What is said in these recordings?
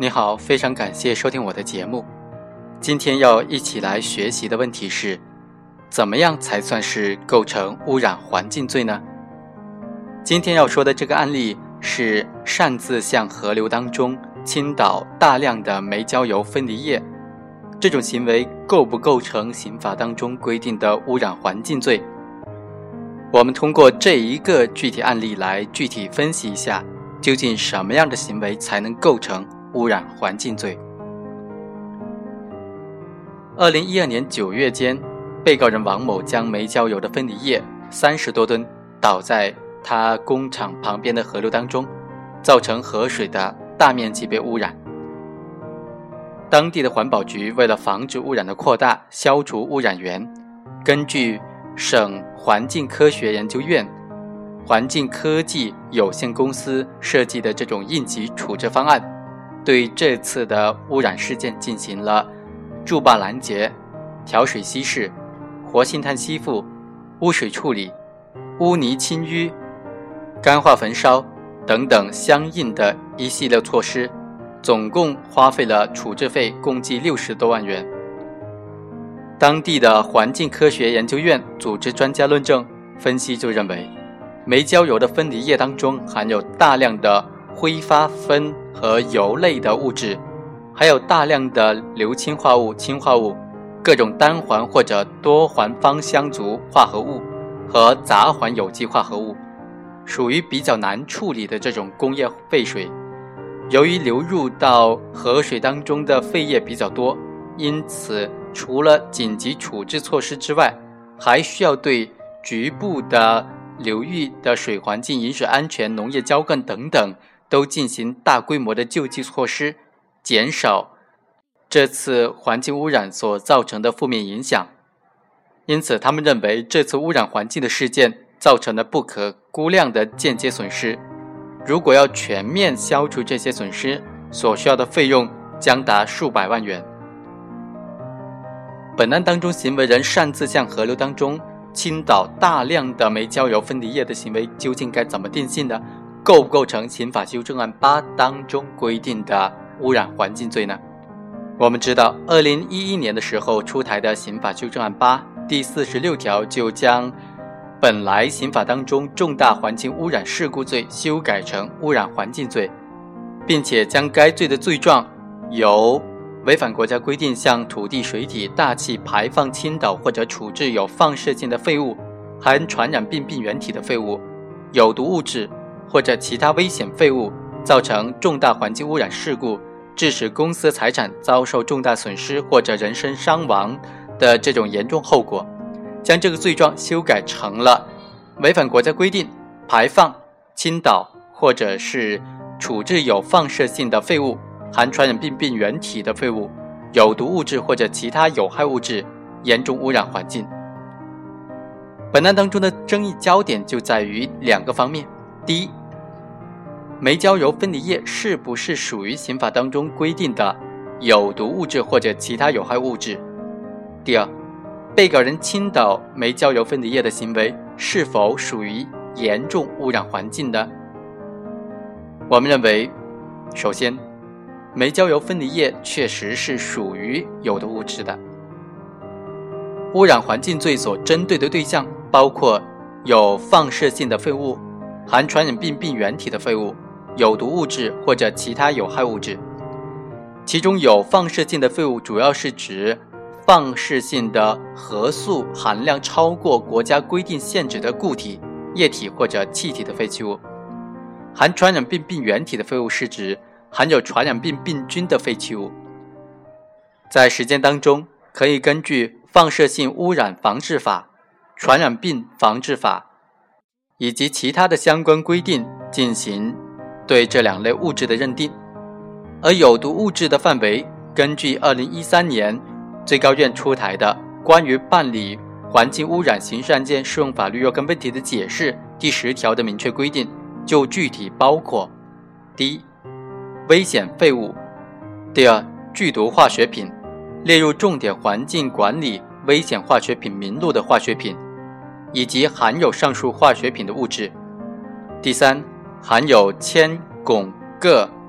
你好，非常感谢收听我的节目。今天要一起来学习的问题是，怎么样才算是构成污染环境罪呢？今天要说的这个案例是擅自向河流当中倾倒大量的煤焦油分离液，这种行为构不构成刑法当中规定的污染环境罪？我们通过这一个具体案例来具体分析一下，究竟什么样的行为才能构成污染环境罪。2012年9月间，被告人王某将煤焦油的分离液30多吨倒在他工厂旁边的河流当中，造成河水的大面积被污染。当地的环保局为了防止污染的扩大，消除污染源，根据省环境科学研究院环境科技有限公司设计的这种应急处置方案，对这次的污染事件进行了筑坝拦截、调水稀释、活性炭吸附、污水处理、污泥清淤、干化焚烧等等相应的一系列措施，总共花费了处置费共计60多万元。当地的环境科学研究院组织专家论证分析就认为，煤焦油的分离液当中含有大量的挥发酚和油类的物质，还有大量的硫氰化物、氰化物、各种单环或者多环芳香族化合物和杂环有机化合物，属于比较难处理的这种工业废水。由于流入到河水当中的废液比较多，因此除了紧急处置措施之外，还需要对局部的流域的水环境、饮水安全、农业浇灌等等都进行大规模的救济措施，减少这次环境污染所造成的负面影响。因此他们认为这次污染环境的事件造成了不可估量的间接损失，如果要全面消除这些损失，所需要的费用将达数百万元。本案当中，行为人擅自向河流当中倾倒大量的煤焦油分离液的行为究竟该怎么定性呢？构不构成刑法修正案8当中规定的污染环境罪呢？我们知道2011年的时候出台的刑法修正案8第46条就将本来刑法当中重大环境污染事故罪修改成污染环境罪，并且将该罪的罪状由违反国家规定向土地、水体、大气排放、倾倒或者处置有放射性的废物、含传染病病原体的废物、有毒物质或者其他危险废物，造成重大环境污染事故，致使公司财产遭受重大损失或者人身伤亡的这种严重后果，将这个罪状修改成了违反国家规定排放、倾倒或者是处置有放射性的废物、含传染病病原体的废物、有毒物质或者其他有害物质，严重污染环境。本案当中的争议焦点就在于2个方面：第一，煤焦油分离液是不是属于刑法当中规定的有毒物质或者其他有害物质；第二，被告人倾倒煤焦油分离液的行为是否属于严重污染环境呢？我们认为，首先，煤焦油分离液确实是属于有毒物质的。污染环境罪所针对的对象包括有放射性的废物、含传染病病原体的废物、有毒物质或者其他有害物质。其中有放射性的废物主要是指放射性的核素含量超过国家规定限制的固体、液体或者气体的废弃物。含传染病病原体的废物是指含有传染病病菌的废弃物。在实践当中，可以根据放射性污染防治法、传染病防治法以及其他的相关规定进行对这2类物质的认定。而有毒物质的范围，根据2013年最高院出台的关于办理环境污染刑事案件适用法律若干问题的解释第10条的明确规定，就具体包括：第一，危险废物；第二，剧毒化学品，列入重点环境管理危险化学品名录的化学品，以及含有上述化学品的物质；第三，含有铅、汞、铬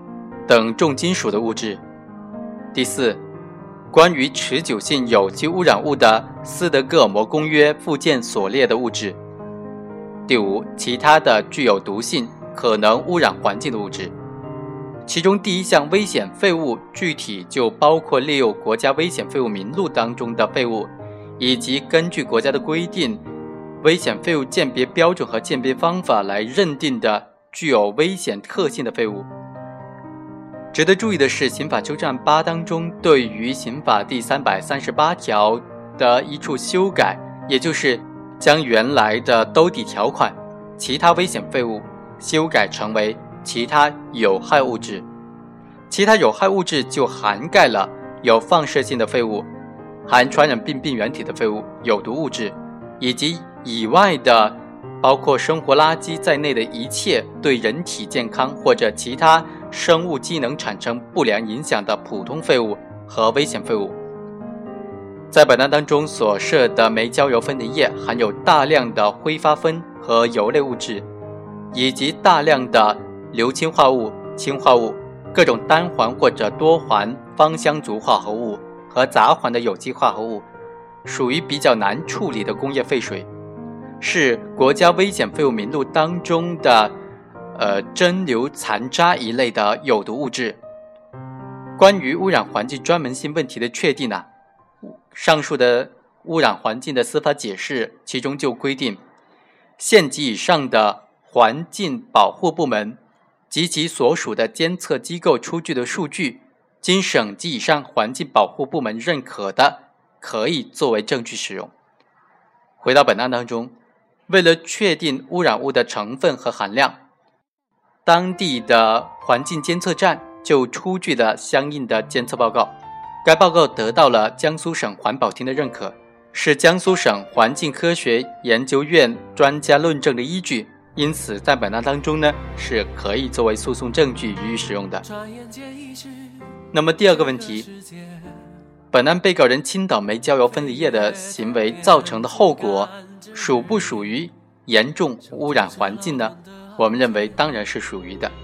等重金属的物质。第四，关于持久性有机污染物的斯德哥尔摩公约附件所列的物质。第五，其他的具有毒性可能污染环境的物质。其中第一项危险废物具体就包括列入国家危险废物名录当中的废物，以及根据国家的规定危险废物鉴别标准和鉴别方法来认定的具有危险特性的废物。值得注意的是，刑法修正案8当中对于刑法第338条的一处修改，也就是将原来的兜底条款其他危险废物修改成为其他有害物质。其他有害物质就涵盖了有放射性的废物、含传染病病原体的废物、有毒物质，以及以外的包括生活垃圾在内的一切对人体健康或者其他生物机能产生不良影响的普通废物和危险废物。在本案当中所涉的煤焦油分离液含有大量的挥发酚和油类物质，以及大量的硫氰化物、氰化物、各种单环或者多环芳香族化合物和杂环的有机化合物，属于比较难处理的工业废水，是国家危险废物名录当中的蒸馏残渣一类的有毒物质。关于污染环境专门性问题的确定上述的污染环境的司法解释，其中就规定，县级以上的环境保护部门及其所属的监测机构出具的数据，经省级以上环境保护部门认可的，可以作为证据使用。回到本案当中，为了确定污染物的成分和含量，当地的环境监测站就出具了相应的监测报告。该报告得到了江苏省环保厅的认可，是江苏省环境科学研究院专家论证的依据，因此在本案当中呢，是可以作为诉讼证据予以使用的。那么第二个问题，本案被告人倾倒煤焦油分离液的行为造成的后果属不属于严重污染环境呢？我们认为当然是属于的。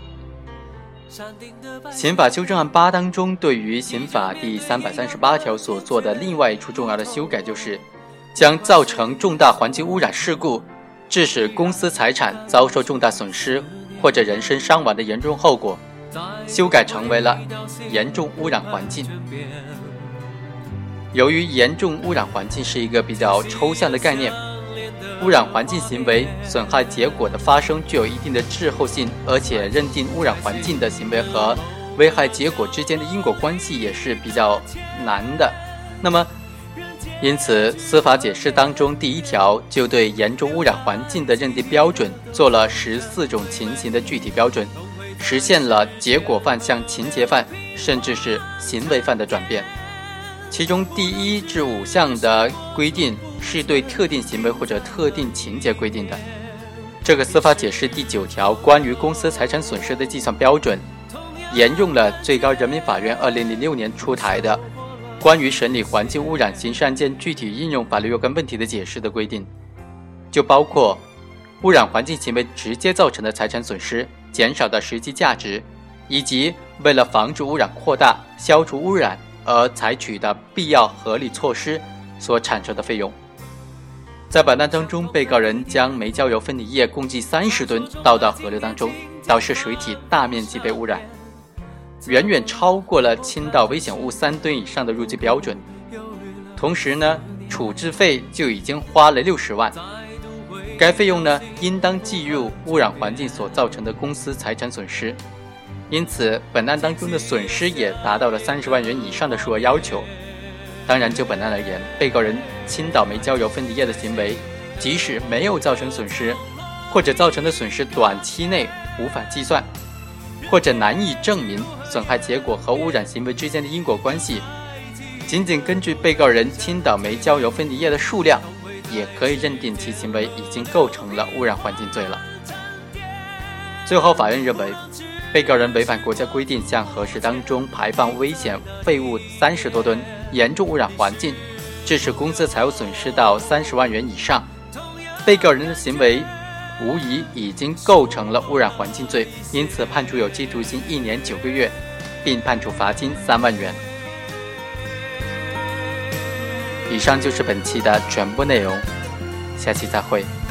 刑法修正案8当中对于刑法第338条所做的另外一处重要的修改，就是将造成重大环境污染事故致使公司财产遭受重大损失或者人身伤亡的严重后果修改成为了严重污染环境。由于严重污染环境是一个比较抽象的概念，污染环境行为损害结果的发生具有一定的滞后性，而且认定污染环境的行为和危害结果之间的因果关系也是比较难的。那么因此司法解释当中第1条就对严重污染环境的认定标准做了14种情形的具体标准，实现了结果犯向情节犯甚至是行为犯的转变。其中第1至5项的规定是对特定行为或者特定情节规定的。这个司法解释第9条关于公司财产损失的计算标准，沿用了最高人民法院2006年出台的关于审理环境污染刑事案件具体应用法律若干问题的解释的规定，就包括污染环境行为直接造成的财产损失、减少的实际价值，以及为了防止污染扩大、消除污染而采取的必要合理措施所产生的费用。在本案当中，被告人将煤焦油分离液共计30吨倒到河流当中，导致水体大面积被污染，远远超过了倾倒危险物3吨以上的入罪标准。同时呢，处置费就已经花了60万，该费用呢应当计入污染环境所造成的公司财产损失。因此本案当中的损失也达到了30万元以上的数额要求。当然就本案而言，被告人倾倒煤焦油分离液的行为即使没有造成损失，或者造成的损失短期内无法计算，或者难以证明损害结果和污染行为之间的因果关系，仅仅根据被告人倾倒煤焦油分离液的数量，也可以认定其行为已经构成了污染环境罪了。最后法院认为，被告人违反国家规定向河池当中排放危险废物30多吨，严重污染环境，致使公司财务损失到30万元以上，被告人的行为无疑已经构成了污染环境罪，因此判处有期徒刑1年9个月， 并判处罚金3万元。以上就是本期的全部内容，下期再会。